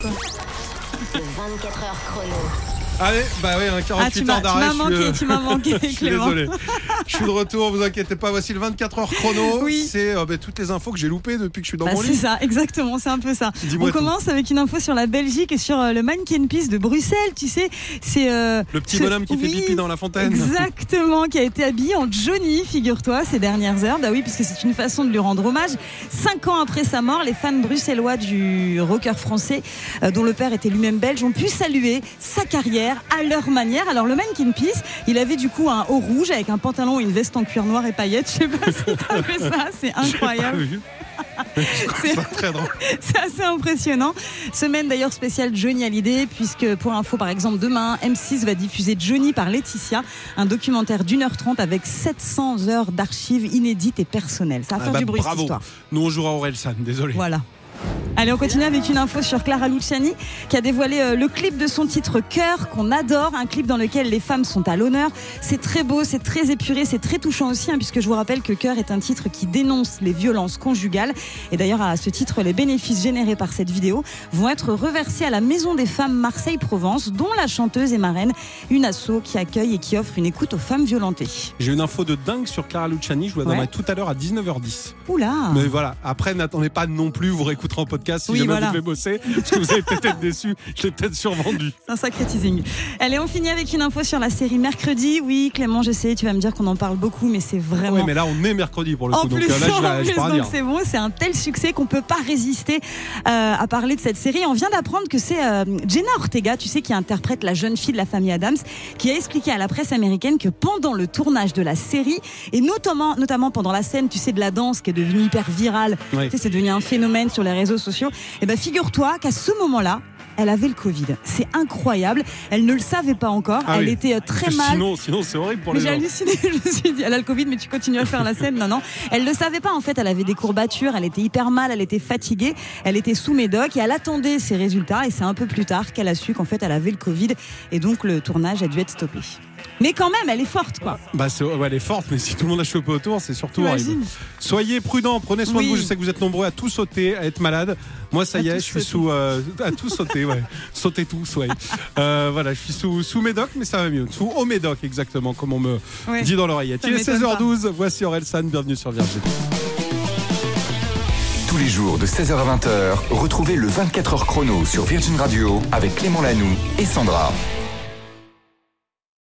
Le 24 heures chrono. Allez, bah oui, 48 heures d'arrêt. Tu m'as manqué, je suis Clément. désolé. Je suis de retour, vous inquiétez pas. Voici le 24 heures chrono. Oui. C'est toutes les infos que j'ai loupées depuis que je suis dans mon C'est lit. ça, exactement, c'est un peu ça. Dis-moi On tout. commence avec une info sur la Belgique et sur le Mannequin Peace de Bruxelles. Tu sais, c'est Le petit bonhomme qui fait pipi dans la fontaine. Exactement, qui a été habillé en Johnny, figure-toi, ces dernières heures. Bah oui, puisque c'est une façon de lui rendre hommage. 5 ans après sa mort, les fans bruxellois du rocker français, dont le père était lui-même belge, ont pu saluer sa carrière à leur manière. Alors le Mannequin Peace, il avait du coup un haut rouge avec un pantalon et une veste en cuir noir et paillettes. Je sais pas si t'as fait ça, c'est incroyable. C'est très drôle. C'est assez impressionnant. Semaine d'ailleurs spéciale Johnny Hallyday, puisque pour info par exemple demain M6 va diffuser Johnny par Laetitia, un documentaire d'1h30 avec 700 heures d'archives inédites et personnelles. Ça va faire du bruit cette histoire. Nous on jouera Aurel San, désolé. Voilà. Allez, on continue avec une info sur Clara Luciani qui a dévoilé le clip de son titre Cœur, qu'on adore, un clip dans lequel les femmes sont à l'honneur. C'est très beau, c'est très épuré, c'est très touchant aussi, puisque je vous rappelle que Cœur est un titre qui dénonce les violences conjugales. Et d'ailleurs, à ce titre, les bénéfices générés par cette vidéo vont être reversés à la Maison des Femmes Marseille-Provence, dont la chanteuse est marraine, une asso qui accueille et qui offre une écoute aux femmes violentées. J'ai une info de dingue sur Clara Luciani, je vous la donnerai tout à l'heure à 19h10. Oula. Mais voilà, après n'attendez pas non plus, vous réécouterez en podcast si Oui, jamais voilà. vous devez bosser, parce que vous allez peut-être être déçus, je l'ai peut-être survendu. C'est un sacré teasing. Allez, on finit avec une info sur la série Mercredi. Oui, Clément, je sais, tu vas me dire qu'on en parle beaucoup, mais c'est vraiment... Oui, mais là on est mercredi pour le En coup, plus, donc là je peux rien dire. c'est bon, c'est un tel succès qu'on peut pas résister à parler de cette série. On vient d'apprendre que c'est Jenna Ortega, tu sais, qui interprète la jeune fille de la famille Addams, qui a expliqué à la presse américaine que pendant le tournage de la série, et notamment pendant la scène, tu sais, de la danse qui est devenue hyper virale, Oui. tu sais, c'est devenu un phénomène sur les réseaux sociaux, et ben figure-toi qu'à ce moment-là, elle avait le Covid. C'est incroyable. Elle ne le savait pas encore. Elle était très mal. Sinon c'est horrible pour Mais les j'ai gens. halluciné, je me suis dit, elle a le Covid, mais tu continues à faire la scène. Non. Elle ne savait pas, en fait, elle avait des courbatures, elle était hyper mal, elle était fatiguée, elle était sous médoc et elle attendait ses résultats. Et c'est un peu plus tard qu'elle a su qu'en fait, elle avait le Covid et donc le tournage a dû être stoppé. Mais quand même, elle est forte, quoi. Elle est forte, mais si tout le monde a chopé autour, c'est surtout horrible. Imagine. Soyez prudents, prenez soin de vous. Je sais que vous êtes nombreux à tout sauter, à être malade. Moi, ça y est, je suis sous. À tout sauter, ouais. Sautez tous, ouais. Voilà, je suis sous médoc, mais ça va mieux. Sous haut médoc, exactement, comme on me dit dans l'oreillette. Il est 16h12, voici Aurel San, bienvenue sur Virgin. Tous les jours de 16h à 20h, retrouvez le 24 heures chrono sur Virgin Radio avec Clément Lanoux et Sandra.